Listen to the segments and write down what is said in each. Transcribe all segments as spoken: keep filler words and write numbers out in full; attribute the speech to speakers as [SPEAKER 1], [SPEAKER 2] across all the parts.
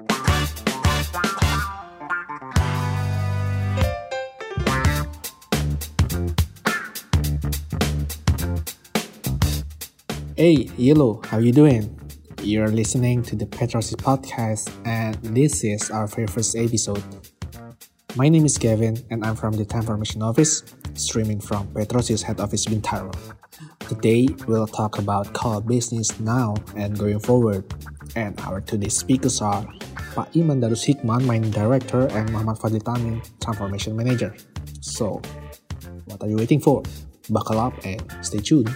[SPEAKER 1] Hey, Yellow, how you doing? You're listening to the Petrosis Podcast, and this is our very first episode. My name is Kevin, and I'm from the Transformation Office, streaming from Petrosis Head Office Bintaro. Today, we'll talk about core business now and going forward. And our today's speakers are Pak Iman Darus Hikman, Managing Director, and Muhammad Fadli Tamin, Transformation Manager. So, what are you waiting for? Buckle up and stay tuned.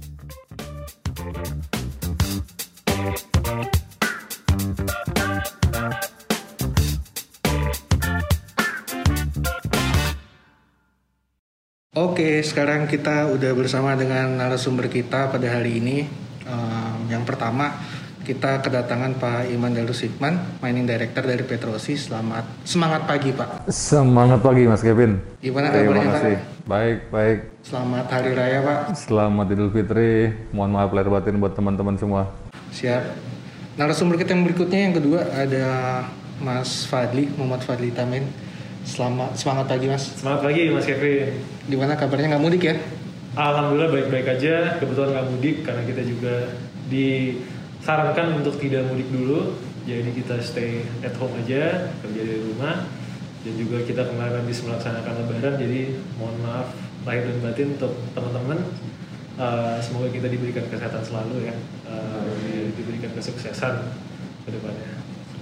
[SPEAKER 2] Oke, sekarang kita udah bersama dengan narasumber kita pada hari ini. Um, yang pertama, kita kedatangan Pak Iman Darus Hikman, Managing Director dari Petrosis. Selamat, semangat pagi Pak.
[SPEAKER 3] Semangat pagi Mas Kevin.
[SPEAKER 2] Gimana kabarnya Pak?
[SPEAKER 3] Baik, baik.
[SPEAKER 2] Selamat Hari Raya Pak.
[SPEAKER 3] Selamat Idul Fitri. Mohon maaf lahir batin buat teman-teman semua.
[SPEAKER 2] Siap. Narasumber kita yang berikutnya yang kedua ada Mas Fadli, Muhammad Fadli Tamin. Selamat, semangat pagi Mas.
[SPEAKER 4] Semangat pagi Mas Kevin.
[SPEAKER 2] Gimana kabarnya, nggak mudik ya?
[SPEAKER 4] Alhamdulillah baik-baik aja. Kebetulan nggak mudik karena kita juga disarankan untuk tidak mudik dulu. Jadi kita stay at home aja, kerja dari rumah. Dan juga kita kemarin habis melaksanakan Lebaran. Jadi mohon maaf lahir dan batin untuk teman-teman. Uh, semoga kita diberikan kesehatan selalu ya. Uh, diberikan kesuksesan ke depannya.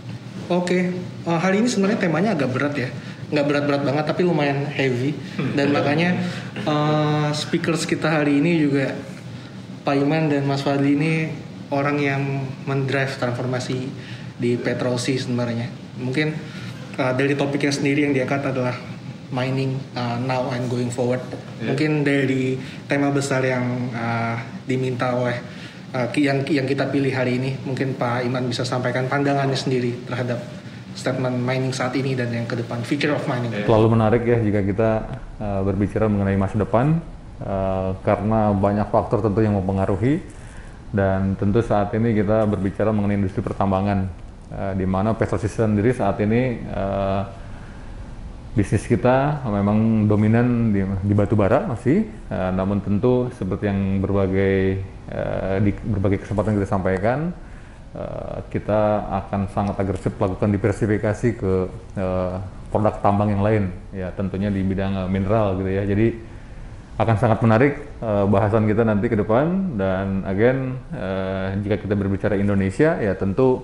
[SPEAKER 2] Oke, uh, hari ini sebenarnya temanya agak berat ya. Nggak berat-berat banget tapi lumayan heavy. Dan makanya uh, speakers kita hari ini juga Pak Iman dan Mas Fadli ini orang yang mendrive transformasi di Petrosis sebenarnya. Mungkin uh, dari topiknya sendiri yang diangkat adalah mining uh, now and going forward. Yeah. Mungkin dari tema besar yang uh, diminta oleh uh, yang yang kita pilih hari ini, mungkin Pak Iman bisa sampaikan pandangannya sendiri terhadap statement mining saat ini dan yang ke depan, future of mining.
[SPEAKER 3] Selalu menarik ya jika kita uh, berbicara mengenai masa depan uh, karena banyak faktor tentu yang mempengaruhi, dan tentu saat ini kita berbicara mengenai industri pertambangan uh, di mana Petrosis sendiri saat ini uh, bisnis kita memang dominan di, di batu bara masih, uh, namun tentu seperti yang berbagai uh, di berbagai kesempatan kita sampaikan, Uh, kita akan sangat agresif melakukan diversifikasi ke uh, produk tambang yang lain, ya tentunya di bidang uh, mineral gitu ya. Jadi akan sangat menarik uh, bahasan kita nanti ke depan. Dan again, uh, jika kita berbicara Indonesia, ya tentu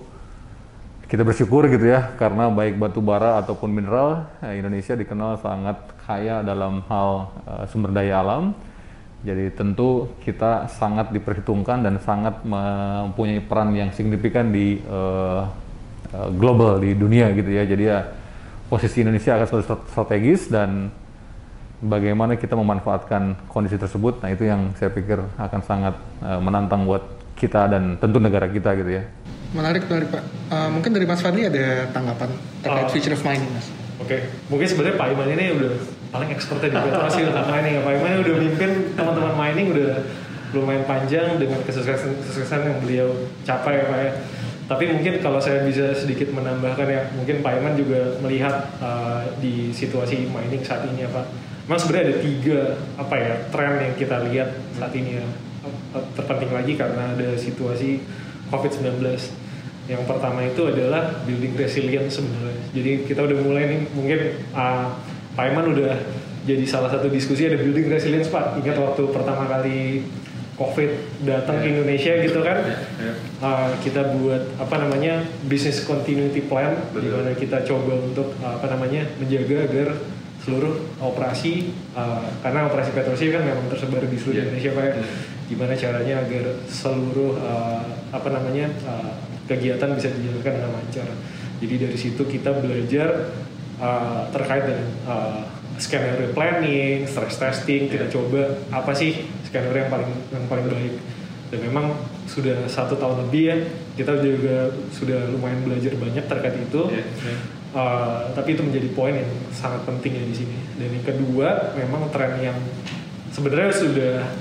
[SPEAKER 3] kita bersyukur gitu ya, karena baik batu bara ataupun mineral, uh, Indonesia dikenal sangat kaya dalam hal uh, sumber daya alam. Jadi tentu kita sangat diperhitungkan dan sangat mempunyai peran yang signifikan di uh, uh, global, di dunia gitu ya. Jadi ya posisi Indonesia akan selalu strategis, dan bagaimana kita memanfaatkan kondisi tersebut, nah itu yang saya pikir akan sangat uh, menantang buat kita dan tentu negara kita gitu ya.
[SPEAKER 2] Menarik, menarik Pak. Uh, mungkin dari Mas Fadli ada tanggapan terkait uh, future of mining Mas?
[SPEAKER 4] Oke, okay. Mungkin sebenarnya Pak Iman ini udah paling expertnya di Petrosis tentang mining. Pak Iman udah mimpin teman-teman mining udah lumayan panjang dengan kesuksesan yang beliau capai ya Pak ya. Tapi mungkin kalau saya bisa sedikit menambahkan ya, mungkin Pak Iman juga melihat uh, di situasi mining saat ini ya Pak. Memang sebenarnya ada tiga apa ya tren yang kita lihat saat ini ya. Terpenting lagi karena ada situasi covid sembilan belas. Yang pertama itu adalah building resilience sebenarnya. Jadi kita udah mulai nih, mungkin uh, Pak Iman udah jadi salah satu diskusi ada building resilience Pak. Ingat waktu pertama kali COVID datang yeah. ke Indonesia gitu kan, yeah. Yeah. Uh, kita buat apa namanya business continuity plan, di mana kita coba untuk uh, apa namanya menjaga agar seluruh operasi, uh, karena operasi Petrosis kan memang tersebar di seluruh yeah. Indonesia Pak. Yeah. Gimana caranya agar seluruh uh, apa namanya uh, kegiatan bisa dijalankan dengan lancar. Jadi dari situ kita belajar uh, terkait dengan uh, skenario planning, stress testing. Kita coba apa sih skenario yang paling yang paling baik. Dan memang sudah satu tahun lebih ya, kita juga sudah lumayan belajar banyak terkait itu. Yeah, yeah. Uh, tapi itu menjadi poin yang sangat penting ya di sini. Dan yang kedua, memang tren yang sebenarnya sudah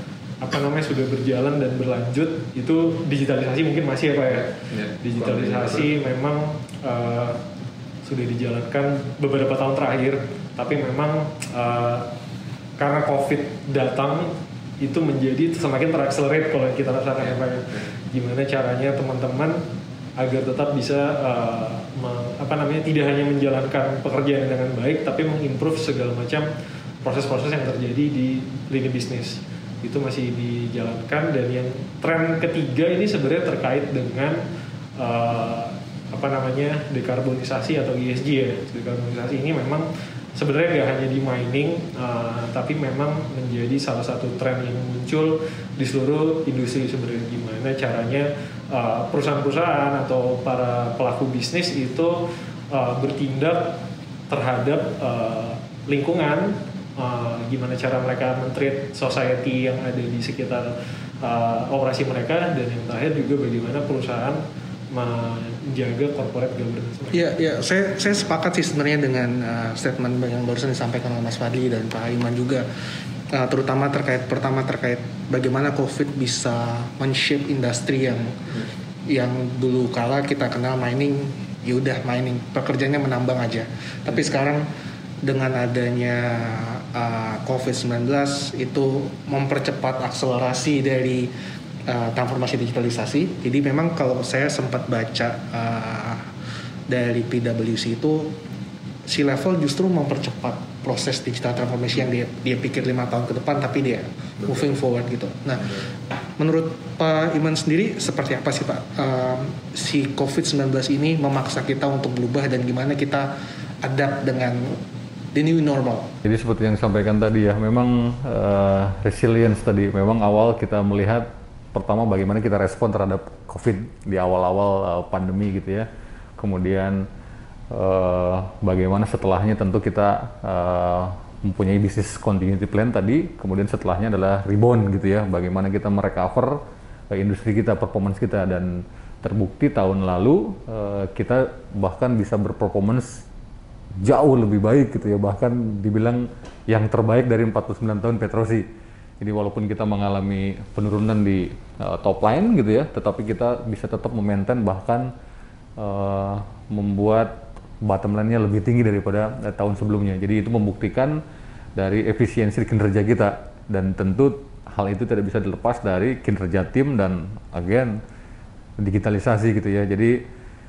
[SPEAKER 4] apa namanya sudah berjalan dan berlanjut itu digitalisasi mungkin masih ya Pak ya.
[SPEAKER 3] Ya,
[SPEAKER 4] digitalisasi memang uh, sudah dijalankan beberapa tahun terakhir, tapi memang uh, karena COVID datang itu menjadi semakin terakselerate kalau kita rasakan ya Pak ya. Gimana caranya teman-teman agar tetap bisa uh, me, apa namanya tidak hanya menjalankan pekerjaan dengan baik, tapi mengimprove segala macam proses-proses yang terjadi di lini bisnis itu masih dijalankan. Dan yang tren ketiga ini sebenarnya terkait dengan uh, apa namanya dekarbonisasi atau E S G ya. Dekarbonisasi ini memang sebenarnya nggak hanya di mining, uh, tapi memang menjadi salah satu tren yang muncul di seluruh industri sebenarnya. Gimana caranya uh, perusahaan-perusahaan atau para pelaku bisnis itu uh, bertindak terhadap uh, lingkungan, uh, gimana cara mereka men-treat society yang ada di sekitar uh, operasi mereka, dan yang terakhir juga bagaimana perusahaan menjaga corporate governance.
[SPEAKER 2] Iya, ya, saya saya sepakat sih sebenarnya dengan uh, statement yang barusan disampaikan oleh Mas Fadli dan Pak Iman juga, uh, terutama terkait pertama terkait bagaimana COVID bisa men-shape industri yang hmm. yang dulu kala kita kenal mining, ya udah mining pekerjaannya menambang aja, tapi sekarang dengan adanya uh, covid sembilan belas itu mempercepat akselerasi dari Uh, transformasi digitalisasi. Jadi memang kalau saya sempat baca uh, dari P W C itu, C-level justru mempercepat proses digital transformation yang dia dia pikir lima tahun ke depan, tapi dia moving forward gitu. Nah, menurut Pak Iman sendiri seperti apa sih Pak um, si covid sembilan belas ini memaksa kita untuk berubah, dan gimana kita adapt dengan the new normal?
[SPEAKER 3] Jadi seperti yang disampaikan tadi ya, memang uh, resilience tadi, memang awal kita melihat pertama bagaimana kita respon terhadap COVID di awal-awal uh, pandemi gitu ya. Kemudian uh, bagaimana setelahnya tentu kita uh, mempunyai business continuity plan tadi. Kemudian setelahnya adalah rebound gitu ya. Bagaimana kita merecover uh, industri kita, performance kita, dan terbukti tahun lalu uh, kita bahkan bisa berperformance jauh lebih baik gitu ya. Bahkan dibilang yang terbaik dari empat puluh sembilan tahun Petrosi. Jadi walaupun kita mengalami penurunan di uh, top line gitu ya, tetapi kita bisa tetap memaintain bahkan uh, membuat bottom line-nya lebih tinggi daripada uh, tahun sebelumnya. Jadi itu membuktikan dari efisiensi kinerja kita, dan tentu hal itu tidak bisa dilepas dari kinerja tim dan again digitalisasi gitu ya. Jadi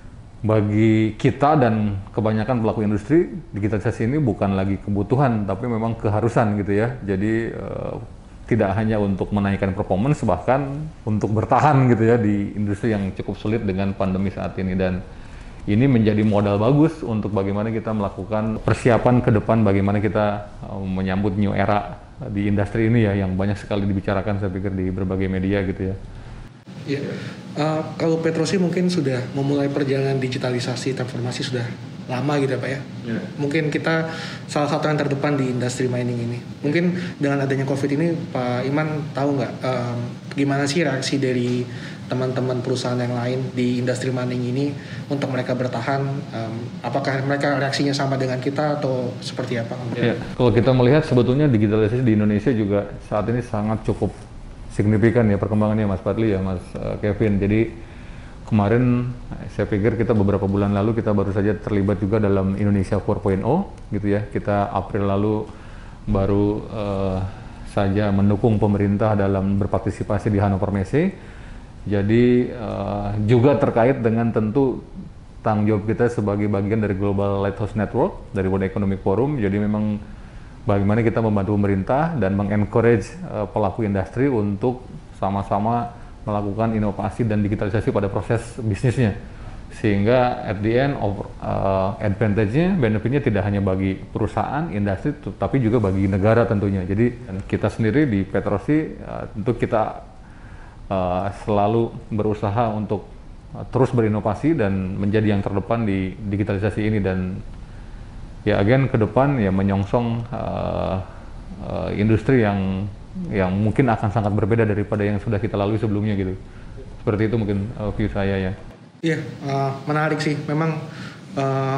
[SPEAKER 3] bagi kita dan kebanyakan pelaku industri, digitalisasi ini bukan lagi kebutuhan tapi memang keharusan gitu ya. Jadi uh, tidak hanya untuk menaikkan performance, bahkan untuk bertahan gitu ya di industri yang cukup sulit dengan pandemi saat ini. Dan ini menjadi modal bagus untuk bagaimana kita melakukan persiapan ke depan, bagaimana kita menyambut new era di industri ini ya, yang banyak sekali dibicarakan saya pikir di berbagai media gitu ya.
[SPEAKER 2] Ya, uh, kalau Petrosi mungkin sudah memulai perjalanan digitalisasi transformasi sudah lama gitu ya Pak ya. Yeah. Mungkin kita salah satu yang terdepan di industri mining ini. Mungkin dengan adanya COVID ini Pak Iman tahu nggak um, gimana sih reaksi dari teman-teman perusahaan yang lain di industri mining ini untuk mereka bertahan? Um, apakah mereka reaksinya sama dengan kita atau seperti apa?
[SPEAKER 3] Ya, kalau kita melihat sebetulnya digitalisasi di Indonesia juga saat ini sangat cukup signifikan ya perkembangannya Mas Fadli ya, Mas uh, Kevin. Jadi kemarin saya pikir kita beberapa bulan lalu kita baru saja terlibat juga dalam Indonesia empat titik nol gitu ya. Kita April lalu baru uh, saja mendukung pemerintah dalam berpartisipasi di Hannover Messe. Jadi uh, juga terkait dengan tentu tanggung jawab kita sebagai bagian dari Global Lighthouse Network dari World Economic Forum. Jadi memang bagaimana kita membantu pemerintah dan mengencourage uh, pelaku industri untuk sama-sama melakukan inovasi dan digitalisasi pada proses bisnisnya, sehingga at the end of uh, advantage-nya, benefit-nya tidak hanya bagi perusahaan, industri, tapi juga bagi negara tentunya. Jadi kita sendiri di Petrosi uh, tentu kita uh, selalu berusaha untuk uh, terus berinovasi dan menjadi yang terdepan di digitalisasi ini, dan ya again ke depan ya menyongsong uh, uh, industri yang yang mungkin akan sangat berbeda daripada yang sudah kita lalui sebelumnya gitu. Seperti itu mungkin uh, view saya ya.
[SPEAKER 2] Iya, uh, menarik sih. Memang uh,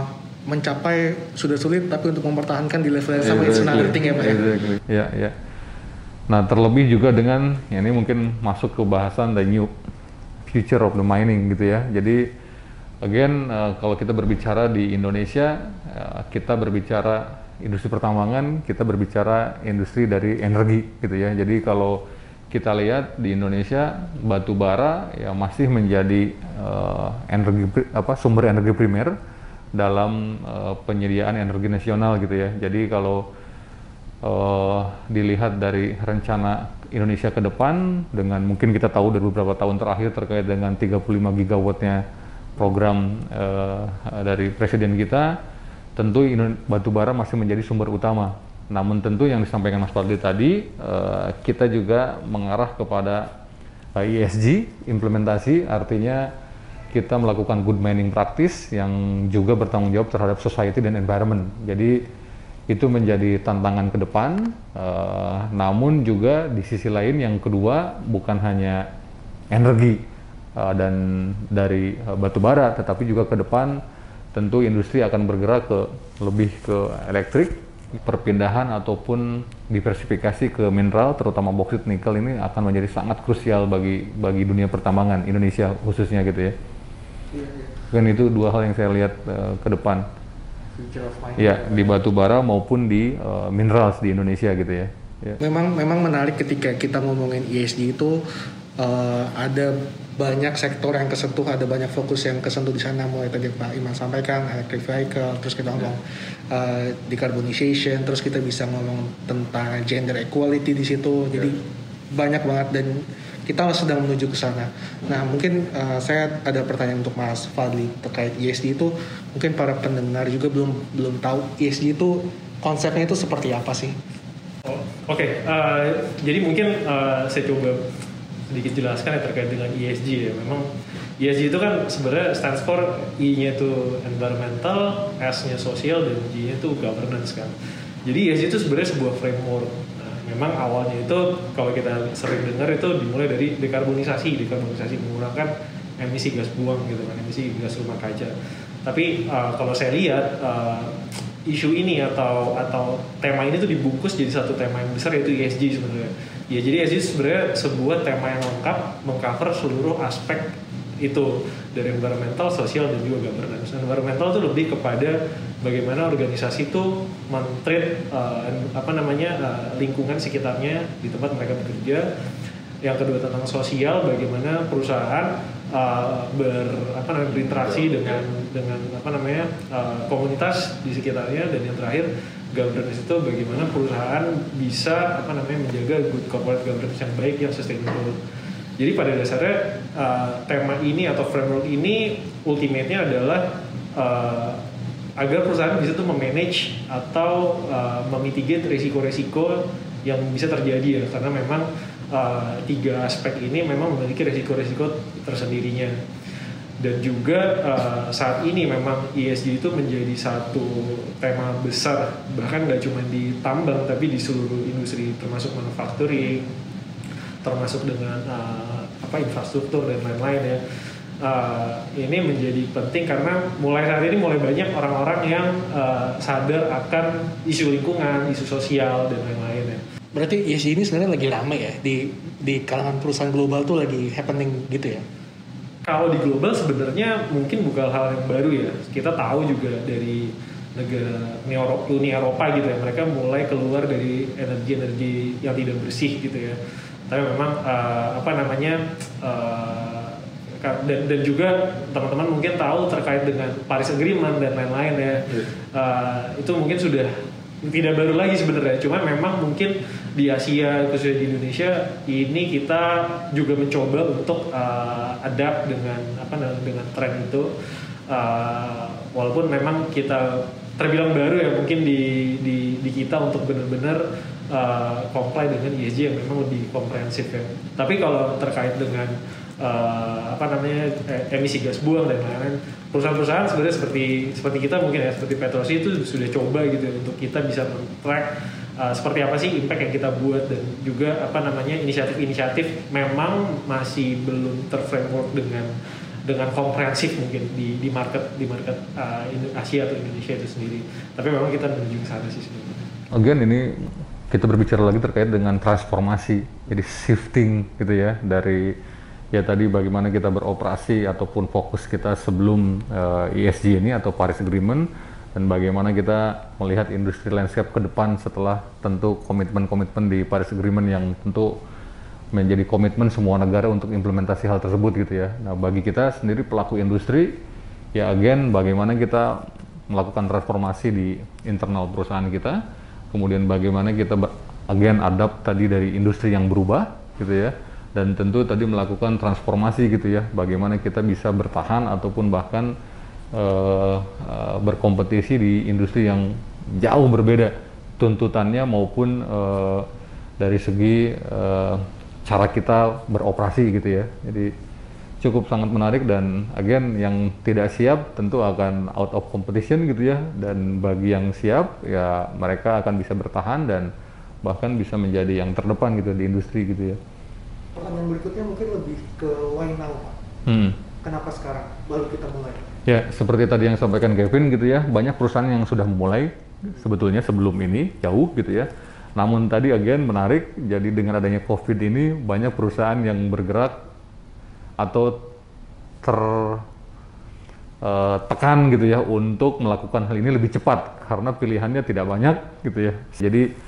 [SPEAKER 2] mencapai sudah sulit, tapi untuk mempertahankan di level yang sama
[SPEAKER 3] exactly.
[SPEAKER 2] itu another thing ya Pak ya.
[SPEAKER 3] Exactly. Ya, ya. Nah, terlebih juga dengan ya ini mungkin masuk ke bahasan the new future of the mining gitu ya. Jadi again uh, kalau kita berbicara di Indonesia, uh, kita berbicara industri pertambangan, kita berbicara industri dari energi gitu ya. Jadi kalau kita lihat di Indonesia batu bara ya masih menjadi uh, energi apa sumber energi primer dalam uh, penyediaan energi nasional gitu ya. Jadi kalau uh, dilihat dari rencana Indonesia ke depan, dengan mungkin kita tahu dari beberapa tahun terakhir terkait dengan tiga puluh lima gigawattnya program uh, dari presiden kita, tentu batu bara masih menjadi sumber utama. Namun tentu yang disampaikan Mas Fadli tadi, uh, kita juga mengarah kepada uh, E S G implementasi, artinya kita melakukan good mining practice yang juga bertanggung jawab terhadap society dan environment. Jadi itu menjadi tantangan ke depan, uh, namun juga di sisi lain yang kedua bukan hanya energi uh, dan dari uh, batu bara, tetapi juga ke depan tentu industri akan bergerak ke lebih ke elektrik, perpindahan ataupun diversifikasi ke mineral, terutama boksit nikel ini akan menjadi sangat krusial bagi bagi dunia pertambangan Indonesia khususnya gitu ya. Dan itu dua hal yang saya lihat uh, ke depan. Ya, di batu bara maupun di uh, minerals di Indonesia gitu ya. Ya.
[SPEAKER 2] Memang memang menarik ketika kita ngomongin E S G itu uh, ada banyak sektor yang kesentuh, ada banyak fokus yang kesentuh di sana. Mulai tadi Pak Iman sampaikan electric vehicle, terus kita ngomong uh, decarbonization, terus kita bisa ngomong tentang gender equality di situ. Jadi yeah. banyak banget dan kita sedang menuju ke sana. Nah, mungkin uh, saya ada pertanyaan untuk Mas Fadli terkait E S G itu. Mungkin para pendengar juga belum belum tahu E S G itu konsepnya itu seperti apa sih?
[SPEAKER 4] Oh, Oke, okay. uh, jadi mungkin uh, saya coba sedikit jelaskan ya terkait dengan E S G ya. Memang E S G itu kan sebenarnya stands for I-nya itu environmental, S-nya social, dan G-nya itu governance kan. Jadi E S G itu sebenarnya sebuah framework. Memang awalnya itu kalau kita sering dengar itu dimulai dari dekarbonisasi, dekarbonisasi mengurangkan emisi gas buang gitu kan, emisi gas rumah kaca. Tapi uh, kalau saya lihat uh, isu ini atau atau tema ini tuh dibungkus jadi satu tema yang besar, yaitu E S G sebenarnya. Ya, jadi E S G sebenarnya sebuah tema yang lengkap, mengcover seluruh aspek itu dari environmental, sosial, dan juga governance. Environmental itu lebih kepada bagaimana organisasi itu men-treat uh, apa namanya uh, lingkungan sekitarnya di tempat mereka bekerja. Yang kedua tentang sosial, bagaimana perusahaan uh, ber apa namanya berinteraksi dengan dengan apa namanya uh, komunitas di sekitarnya. Dan yang terakhir governance itu bagaimana perusahaan bisa apa namanya menjaga good corporate governance yang baik, yang sustainable. Jadi pada dasarnya uh, tema ini atau framework ini ultimate-nya adalah uh, agar perusahaan bisa tuh memanage atau uh, memitigate risiko-risiko yang bisa terjadi ya, karena memang uh, tiga aspek ini memang memiliki risiko-risiko tersendirinya. Dan juga uh, saat ini memang E S G itu menjadi satu tema besar, bahkan nggak cuma di tambang tapi di seluruh industri, termasuk manufacturing, termasuk dengan uh, apa infrastruktur dan lain-lain ya. Uh, ini menjadi penting karena mulai saat ini mulai banyak orang-orang yang uh, sadar akan isu lingkungan, isu sosial dan lain-lain ya.
[SPEAKER 2] Berarti E S G ini sebenarnya lagi ramai ya di di kalangan perusahaan global tuh lagi happening gitu ya.
[SPEAKER 4] Kalau di global sebenarnya mungkin bukan hal yang baru ya. Kita tahu juga dari negara Uni Eropa gitu ya, mereka mulai keluar dari energi-energi yang tidak bersih gitu ya. Tapi memang uh, apa namanya uh, dan, dan juga teman-teman mungkin tahu terkait dengan Paris Agreement dan lain-lain ya. Uh, itu mungkin sudah tidak baru lagi sebenarnya. Cuma memang mungkin di Asia khususnya di Indonesia ini kita juga mencoba untuk uh, adapt dengan apa dengan tren itu. Uh, walaupun memang kita terbilang baru ya mungkin di di, di kita untuk benar-benar uh, comply dengan E S G yang memang lebih komprehensif ya. Tapi kalau terkait dengan uh, apa namanya emisi gas buang dan lain-lain, perusahaan-perusahaan sebenarnya seperti seperti kita mungkin ya, seperti Petrosi itu sudah coba gitu untuk kita bisa men-track Uh, seperti apa sih impact yang kita buat, dan juga apa namanya inisiatif-inisiatif memang masih belum terframework dengan dengan komprehensif mungkin di di market di market uh, Asia atau Indonesia itu sendiri. Tapi memang kita menuju ke sana sih sebenarnya.
[SPEAKER 3] Again ini kita berbicara lagi terkait dengan transformasi, jadi shifting gitu ya dari ya tadi bagaimana kita beroperasi ataupun fokus kita sebelum uh, E S G ini atau Paris Agreement, dan bagaimana kita melihat industri landscape ke depan setelah tentu komitmen-komitmen di Paris Agreement yang tentu menjadi komitmen semua negara untuk implementasi hal tersebut gitu ya. Nah bagi kita sendiri pelaku industri, ya again bagaimana kita melakukan transformasi di internal perusahaan kita, kemudian bagaimana kita again adapt tadi dari industri yang berubah gitu ya, dan tentu tadi melakukan transformasi gitu ya, bagaimana kita bisa bertahan ataupun bahkan uh, uh, berkompetisi di industri yang jauh berbeda tuntutannya maupun uh, dari segi uh, cara kita beroperasi gitu ya. Jadi cukup sangat menarik, dan again yang tidak siap tentu akan out of competition gitu ya, dan bagi yang siap ya mereka akan bisa bertahan dan bahkan bisa menjadi yang terdepan gitu di industri gitu ya.
[SPEAKER 2] Pertanyaan berikutnya mungkin lebih ke why now Pak? Hmm. Kenapa sekarang baru kita mulai?
[SPEAKER 3] Ya seperti tadi yang sampaikan Kevin gitu ya, banyak perusahaan yang sudah memulai sebetulnya sebelum ini jauh gitu ya. Namun tadi again menarik, jadi dengan adanya COVID ini banyak perusahaan yang bergerak atau tertekan uh, gitu ya untuk melakukan hal ini lebih cepat karena pilihannya tidak banyak gitu ya. Jadi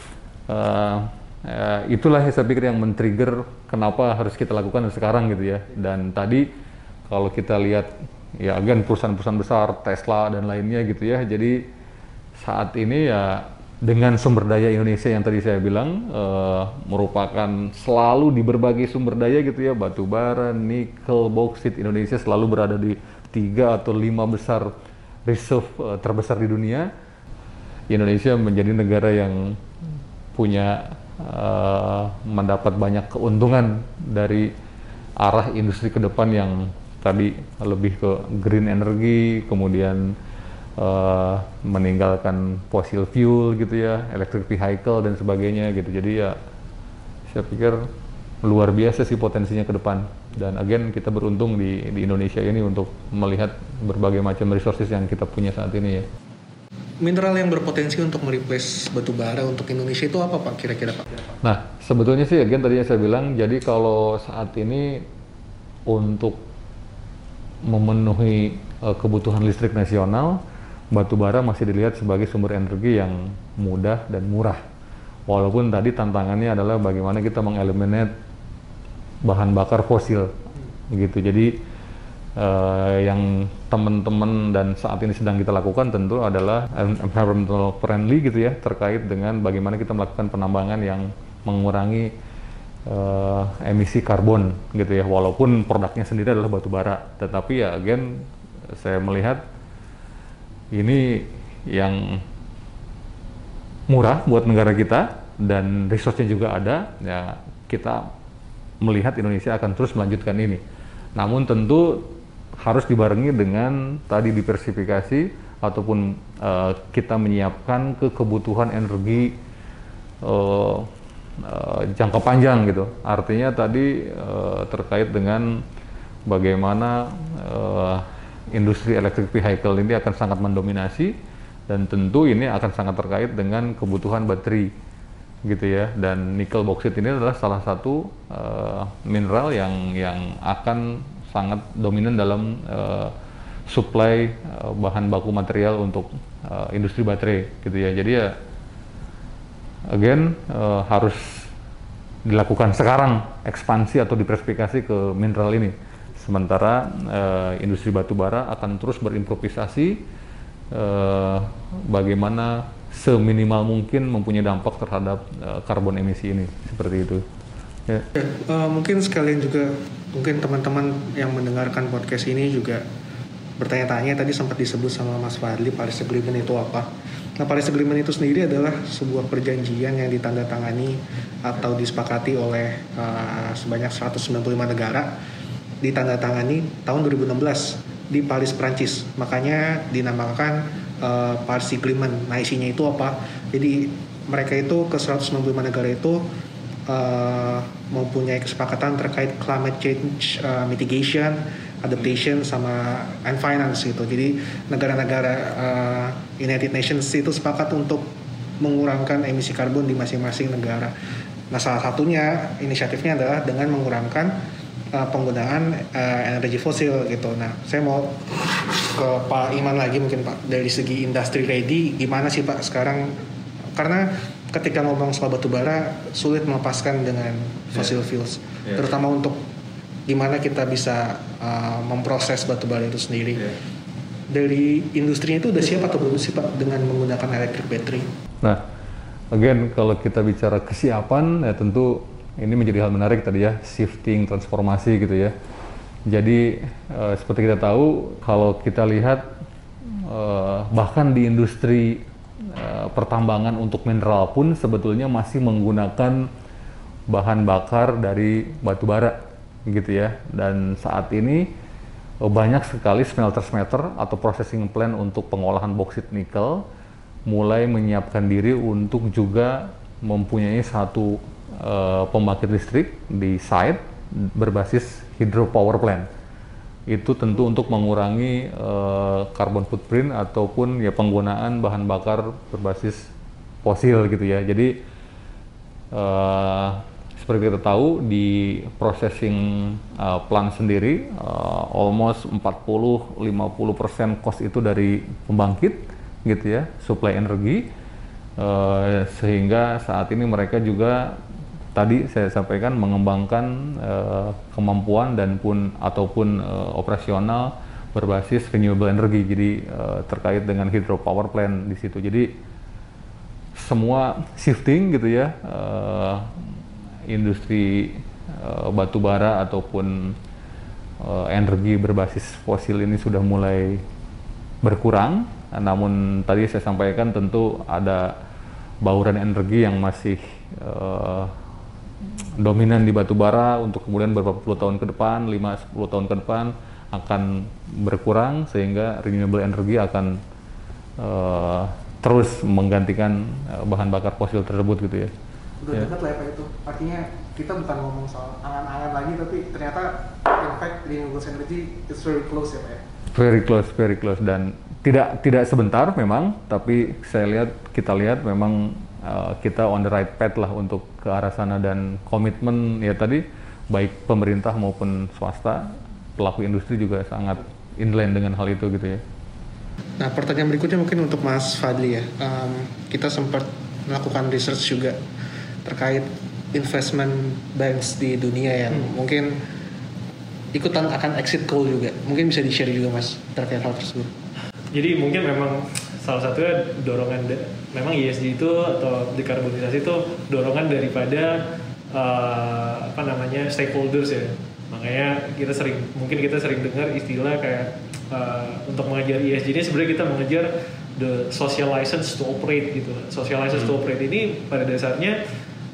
[SPEAKER 3] uh, uh, itulah yang saya pikir yang men-trigger kenapa harus kita lakukan sekarang gitu ya. Dan tadi kalau kita lihat ya again perusahaan-perusahaan besar Tesla dan lainnya gitu ya, jadi saat ini ya dengan sumber daya Indonesia yang tadi saya bilang uh, merupakan selalu di berbagai sumber daya gitu ya, batu bara, nikel, bauksit, Indonesia selalu berada di tiga atau lima besar reserve uh, terbesar di dunia. Indonesia menjadi negara yang punya uh, mendapat banyak keuntungan dari arah industri ke depan yang tadi lebih ke green energy, kemudian Uh, meninggalkan fossil fuel gitu ya, electric vehicle dan sebagainya gitu. Jadi ya saya pikir luar biasa sih potensinya ke depan, dan again kita beruntung di, di Indonesia ini untuk melihat berbagai macam resources yang kita punya saat ini ya.
[SPEAKER 2] Mineral yang berpotensi untuk mereplace batu bara untuk Indonesia itu apa Pak kira-kira Pak?
[SPEAKER 3] Nah sebetulnya sih again tadi yang saya bilang, jadi kalau saat ini untuk memenuhi uh, kebutuhan listrik nasional, batu bara masih dilihat sebagai sumber energi yang mudah dan murah. Walaupun tadi tantangannya adalah bagaimana kita mengeliminate bahan bakar fosil, gitu. Jadi uh, yang teman-teman dan saat ini sedang kita lakukan tentu adalah environmental friendly, gitu ya, terkait dengan bagaimana kita melakukan penambangan yang mengurangi uh, emisi karbon, gitu ya. Walaupun produknya sendiri adalah batu bara, tetapi ya again saya melihat ini yang murah buat negara kita dan resource-nya juga ada, ya kita melihat Indonesia akan terus melanjutkan ini. Namun tentu harus dibarengi dengan tadi diversifikasi ataupun uh, kita menyiapkan ke kebutuhan energi uh, uh, jangka panjang gitu. Artinya tadi uh, terkait dengan bagaimana uh, industri electric vehicle ini akan sangat mendominasi, dan tentu ini akan sangat terkait dengan kebutuhan baterai gitu ya. Dan nikel bauksit ini adalah salah satu uh, mineral yang yang akan sangat dominan dalam uh, supply uh, bahan baku material untuk uh, industri baterai gitu ya. Jadi ya again uh, harus dilakukan sekarang ekspansi atau diversifikasi ke mineral ini. Sementara uh, industri batu bara akan terus berimprovisasi uh, bagaimana seminimal mungkin mempunyai dampak terhadap uh, karbon emisi ini, seperti itu.
[SPEAKER 2] Ya. Uh, mungkin sekalian juga mungkin teman-teman yang mendengarkan podcast ini juga bertanya-tanya, tadi sempat disebut sama Mas Fadli Paris Agreement itu apa. Nah Paris Agreement itu sendiri adalah sebuah perjanjian yang ditandatangani atau disepakati oleh uh, sebanyak seratus sembilan puluh lima negara, ditandatangani tahun dua ribu enam belas di Paris, Prancis. Makanya dinamakan uh, Paris Agreement. Nah isinya itu apa? Jadi mereka itu ke seratus sembilan puluh lima negara itu uh, mempunyai kesepakatan terkait climate change uh, mitigation, adaptation, sama and finance gitu. Jadi negara-negara uh, United Nations itu sepakat untuk mengurangkan emisi karbon di masing-masing negara. Nah, salah satunya inisiatifnya adalah dengan mengurangkan uh, penggunaan uh, energi fosil gitu. Nah, saya mau ke Pak Iman lagi mungkin Pak, dari segi industri ready gimana sih Pak sekarang, karena ketika ngomong soal batu bara sulit melepaskan dengan fossil yeah. fuels, yeah. terutama untuk gimana kita bisa uh, memproses batu bara itu sendiri. Yeah. Dari industrinya itu udah siap atau belum sih Pak dengan menggunakan electric battery?
[SPEAKER 3] Nah, again kalau kita bicara kesiapan ya tentu ini menjadi hal menarik tadi ya, shifting, transformasi gitu ya. Jadi uh, seperti kita tahu kalau kita lihat uh, bahkan di industri uh, pertambangan untuk mineral pun sebetulnya masih menggunakan bahan bakar dari batu bara gitu ya. Dan saat ini banyak sekali smelter-smelter atau processing plant untuk pengolahan boksit nikel mulai menyiapkan diri untuk juga mempunyai satu uh, pembangkit listrik di site berbasis hydropower plant. Itu tentu untuk mengurangi uh, carbon footprint ataupun ya penggunaan bahan bakar berbasis fosil gitu ya. Jadi uh, seperti kita tahu di processing uh, plant sendiri uh, almost empat puluh sampai lima puluh persen cost itu dari pembangkit gitu ya, supply energi, uh, sehingga saat ini mereka juga tadi saya sampaikan mengembangkan uh, kemampuan dan pun ataupun uh, operasional berbasis renewable energy, jadi uh, terkait dengan hydropower plant di situ. Jadi semua shifting gitu ya. Uh, industri uh, batu bara ataupun uh, energi berbasis fosil ini sudah mulai berkurang. Namun tadi saya sampaikan tentu ada bauran energi yang masih uh, dominan di batu bara untuk kemudian beberapa puluh tahun ke depan, lima sampai sepuluh tahun ke depan akan berkurang, sehingga renewable energy akan uh, terus menggantikan uh, bahan bakar fosil tersebut gitu ya.
[SPEAKER 2] Udah yeah. dekat lah ya Pak itu. Artinya kita bukan ngomong soal angan-angan lagi, tapi ternyata in fact renewable energy is very close ya Pak ya.
[SPEAKER 3] Very close, very close, dan tidak tidak sebentar memang, tapi saya lihat kita lihat memang uh, kita on the right path lah untuk ke arah sana, dan komitmen ya tadi baik pemerintah maupun swasta, pelaku industri juga sangat inline dengan hal itu gitu ya.
[SPEAKER 2] Nah, pertanyaan berikutnya mungkin untuk Mas Fadli ya. Um, kita sempat melakukan research juga terkait investment banks di dunia yang hmm. mungkin ikutan akan exit call juga. Mungkin bisa di-share juga Mas terkait hal tersebut.
[SPEAKER 4] Jadi mungkin memang salah satunya dorongan de- memang E S G itu atau dekarbonisasi itu dorongan daripada uh, apa namanya stakeholders ya. Makanya kita sering mungkin kita sering dengar istilah kayak uh, untuk mengejar E S G ini sebenarnya kita mengejar the social license to operate gitu. Social license hmm. to operate ini pada dasarnya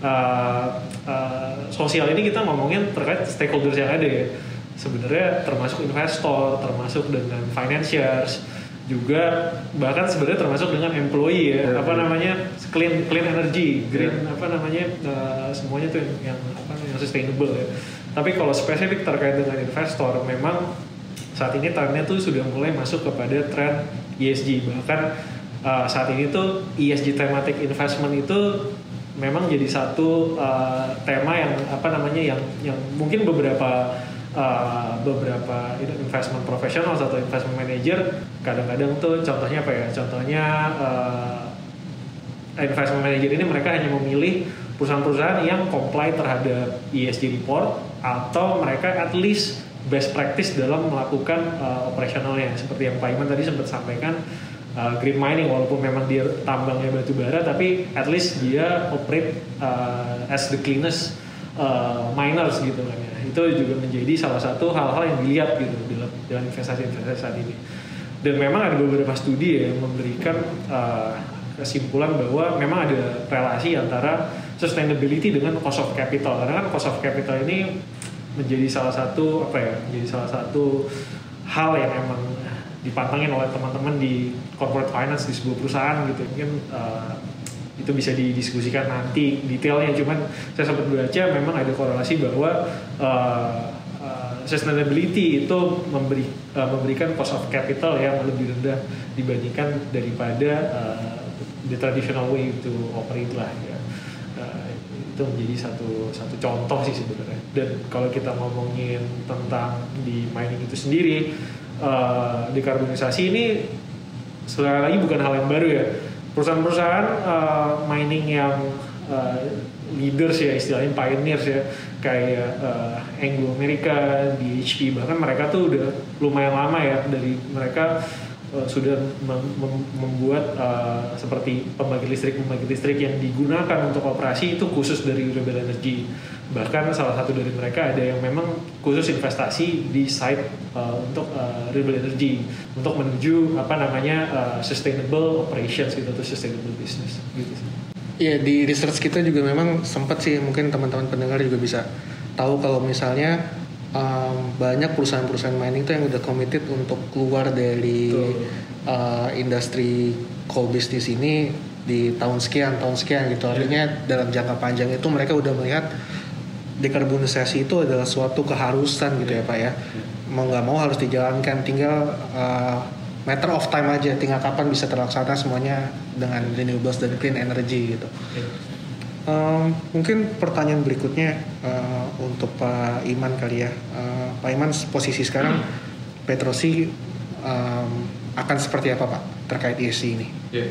[SPEAKER 4] uh, uh, sosial ini kita ngomongin terkait stakeholders yang ada ya. Sebenarnya termasuk investor, termasuk dengan financiers, juga bahkan sebenarnya termasuk dengan employee ya, yeah. apa namanya clean clean energy, green yeah. apa namanya uh, semuanya tuh yang, yang apa yang sustainable ya. Tapi kalau spesifik terkait dengan investor, memang saat ini trennya tuh sudah mulai masuk kepada tren E S G. Bahkan uh, saat ini tuh E S G thematic investment itu memang jadi satu uh, tema yang apa namanya yang yang mungkin beberapa Uh, beberapa investment professional atau investment manager kadang-kadang tuh contohnya apa ya contohnya uh, investment manager ini mereka hanya memilih perusahaan-perusahaan yang comply terhadap E S G report atau mereka at least best practice dalam melakukan uh, operasionalnya, seperti yang Pak Iman tadi sempat sampaikan. Uh, green mining walaupun memang dia tambangnya batu bara, tapi at least dia operate uh, as the cleanest uh, miners gitu kan ya. Itu juga menjadi salah satu hal-hal yang dilihat gitu dalam, dalam investasi-investasi saat ini. Dan memang ada beberapa studi ya, yang memberikan uh, kesimpulan bahwa memang ada relasi antara sustainability dengan cost of capital. Karena kan cost of capital ini menjadi salah satu apa ya, menjadi salah satu hal yang memang dipantangin oleh teman-teman di corporate finance di sebuah perusahaan gitu. Mungkin uh, itu bisa didiskusikan nanti detailnya, cuman saya sempat baca memang ada korelasi bahwa uh, uh, sustainability itu memberi, uh, memberikan cost of capital yang lebih rendah dibandingkan daripada uh, the traditional way to operate lah ya. Uh, itu menjadi satu satu contoh sih sebenarnya. Dan kalau kita ngomongin tentang di mining itu sendiri, uh, dekarbonisasi ini sekali lagi bukan hal yang baru ya. Perusahaan-perusahaan uh, mining yang uh, leaders ya, istilahnya pioneers ya, kayak uh, Anglo American, D H P, bahkan mereka tuh udah lumayan lama ya, dari mereka uh, sudah mem- mem- membuat uh, seperti pembangkit listrik pembangkit listrik yang digunakan untuk operasi itu khusus dari renewable energy. Bahkan salah satu dari mereka ada yang memang khusus investasi di site uh, untuk uh, renewable energy untuk menuju apa namanya uh, sustainable operations gitu atau sustainable business gitu sih.
[SPEAKER 2] Iya, di research kita juga memang sempat sih, mungkin teman-teman pendengar juga bisa tahu kalau misalnya um, banyak perusahaan-perusahaan mining itu yang udah committed untuk keluar dari uh, industri coal business ini di tahun sekian, tahun sekian gitu. Artinya dalam jangka panjang itu mereka udah melihat dekarbonisasi itu adalah suatu keharusan gitu ya Pak ya. Mau nggak mau harus dijalankan, tinggal uh, matter of time aja, tinggal kapan bisa terlaksana semuanya dengan renewables dan clean energy gitu. Um, mungkin pertanyaan berikutnya uh, untuk Pak Iman kali ya. Uh, Pak Iman, posisi sekarang Petrosi um, akan seperti apa Pak terkait E S G ini?
[SPEAKER 3] Yeah.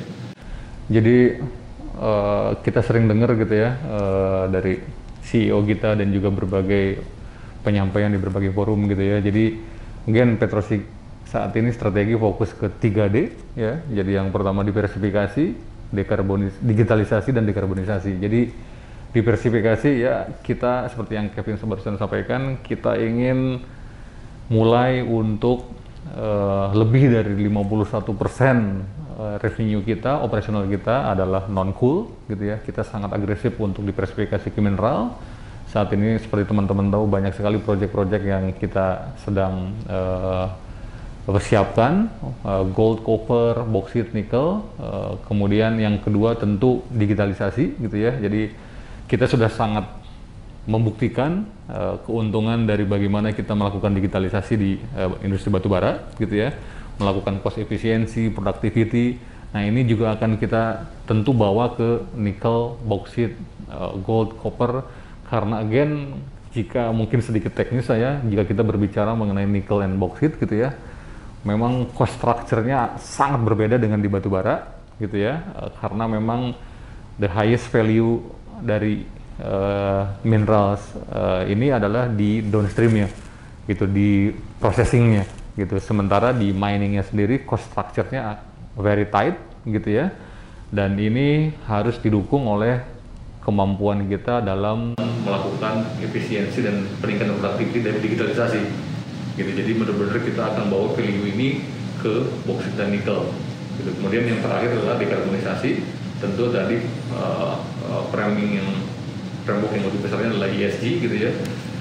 [SPEAKER 3] Jadi uh, kita sering dengar gitu ya uh, dari C E O kita dan juga berbagai penyampaian di berbagai forum gitu ya. Jadi mungkin Petrosi saat ini strategi fokus ke tiga D ya. Jadi yang pertama diversifikasi, dekarbonis, digitalisasi dan dekarbonisasi. Jadi diversifikasi ya, kita seperti yang Kevin barusan sampaikan, kita ingin mulai untuk uh, lebih dari lima puluh satu persen uh, revenue kita, operasional kita adalah non coal gitu ya. Kita sangat agresif untuk diversifikasi ke mineral. Saat ini seperti teman-teman tahu banyak sekali proyek-proyek yang kita sedang uh, persiapkan, uh, gold, copper, bauxite, nikel. Uh, kemudian yang kedua tentu digitalisasi gitu ya. Jadi kita sudah sangat membuktikan uh, keuntungan dari bagaimana kita melakukan digitalisasi di uh, industri batubara gitu ya, melakukan cost efficiency, productivity. Nah ini juga akan kita tentu bawa ke nikel, bauxite, uh, gold, copper, karena again jika mungkin sedikit teknis saya, jika kita berbicara mengenai nikel and bauxite gitu ya, memang cost structure-nya sangat berbeda dengan di batubara gitu ya, uh, karena memang the highest value dari uh, minerals uh, ini adalah di downstream-nya gitu, di processing-nya gitu. Sementara di mining-nya sendiri cost structure-nya very tight gitu ya, dan ini harus didukung oleh kemampuan kita dalam melakukan efisiensi dan peningkatan produktivitas dari digitalisasi gitu. Jadi benar-benar kita akan bawa value ini ke bauxite dan nikel gitu. Kemudian yang terakhir adalah dekarbonisasi. Tentu tadi uh, uh, framing yang framework yang lebih besarnya adalah E S G gitu ya.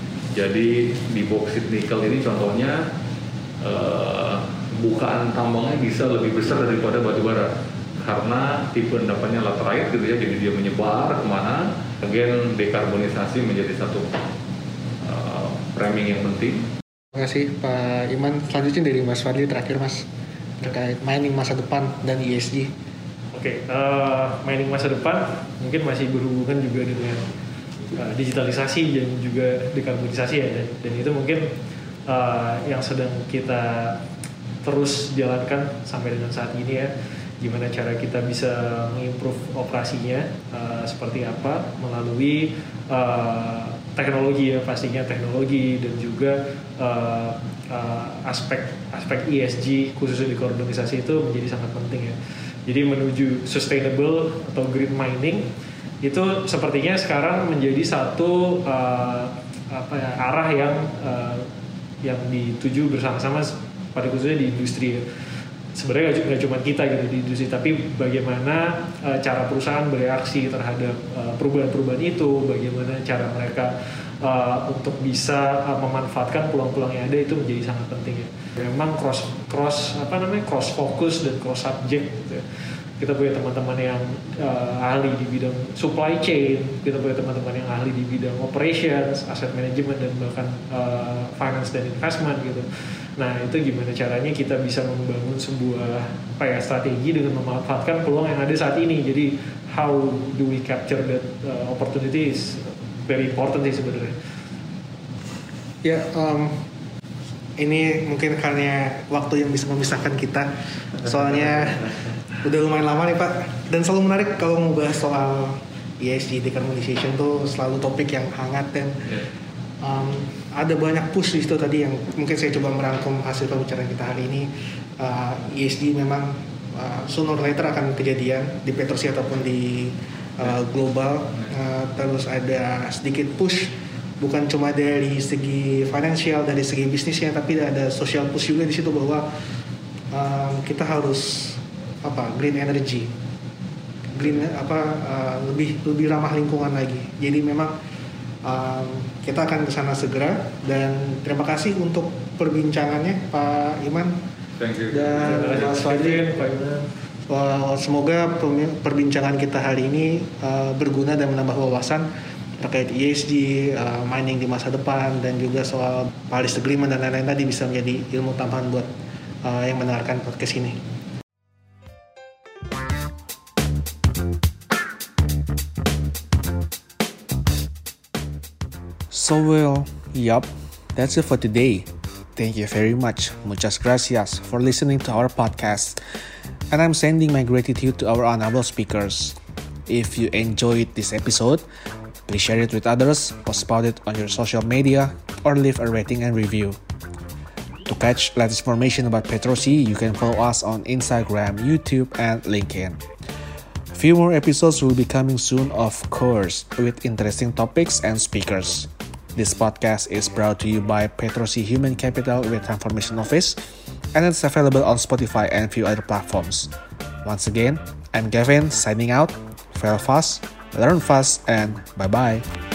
[SPEAKER 3] Jadi di bauxite nikel ini contohnya uh, bukaan tambangnya bisa lebih besar daripada batubara karena tipe endapannya laterite gitu ya, jadi dia menyebar kemana. Again, dekarbonisasi menjadi satu uh, framing yang penting.
[SPEAKER 2] Terima kasih Pak Iman. Selanjutnya dari Mas Fadli terakhir Mas, terkait mining masa depan dan E S G.
[SPEAKER 4] Oke, okay, uh, mining masa depan mungkin masih berhubungan juga dengan uh, digitalisasi dan juga dekarbonisasi ya, dan, dan itu mungkin uh, yang sedang kita terus jalankan sampai dengan saat ini ya. Gimana cara kita bisa mengimprove operasinya uh, seperti apa melalui uh, teknologi ya, pastinya teknologi dan juga uh, uh, aspek aspek E S G khususnya di dekarbonisasi itu menjadi sangat penting ya. Jadi menuju sustainable atau green mining itu sepertinya sekarang menjadi satu uh, apa ya, arah yang uh, yang dituju bersama-sama pada khususnya di industri ya. Sebenarnya nggak cuma kita gitu di industri, tapi bagaimana uh, cara perusahaan bereaksi terhadap uh, perubahan-perubahan itu, bagaimana cara mereka uh, untuk bisa uh, memanfaatkan peluang-peluang yang ada itu menjadi sangat penting ya. Memang cross cross apa namanya cross focus dan cross subject gitu ya. kita punya teman-teman yang uh, ahli di bidang supply chain, kita punya teman-teman yang ahli di bidang operations, asset management, dan bahkan uh, finance dan investment gitu. Nah itu gimana caranya kita bisa membangun sebuah apa ya, strategi dengan memanfaatkan peluang yang ada saat ini. Jadi how do we capture that uh, opportunity is very important sih sebenarnya.
[SPEAKER 2] Ya, um, ini mungkin karena waktu yang bisa memisahkan kita, soalnya udah lumayan lama nih Pak, dan selalu menarik kalau mau bahas soal E S G, decarbonization tuh selalu topik yang hangat, dan um, ada banyak push di situ tadi yang mungkin saya coba merangkum hasil pembicaraan kita hari ini. uh, E S G memang uh, sooner or later akan kejadian di Petrosi ataupun di uh, global. Uh, terus ada sedikit push, bukan cuma dari segi financial, dari segi bisnisnya, tapi ada social push juga di situ bahwa um, kita harus apa green energy, green apa uh, lebih lebih ramah lingkungan lagi. Jadi memang um, kita akan kesana segera, dan terima kasih untuk perbincangannya Pak Iman.
[SPEAKER 3] Thank you.
[SPEAKER 2] Dan Mas Fadli. Uh, semoga perbincangan kita hari ini uh, berguna dan menambah wawasan terkait E S G, uh, mining di masa depan, dan juga soal Paris Agreement dan lain-lain tadi bisa menjadi ilmu tambahan buat uh, yang mendengarkan podcast ini.
[SPEAKER 1] So well, yup, that's it for today. Thank you very much, muchas gracias for listening to our podcast. And I'm sending my gratitude to our honorable speakers. If you enjoyed this episode, please share it with others, post about it on your social media, or leave a rating and review. To catch latest information about Petrosi, you can follow us on Instagram, YouTube, and LinkedIn. Few more episodes will be coming soon, of course, with interesting topics and speakers. This podcast is brought to you by Petrosi Human Capital with Transformation Office, and it's available on Spotify and few other platforms. Once again, I'm Gavin, signing out. Fail fast, learn fast, and bye-bye.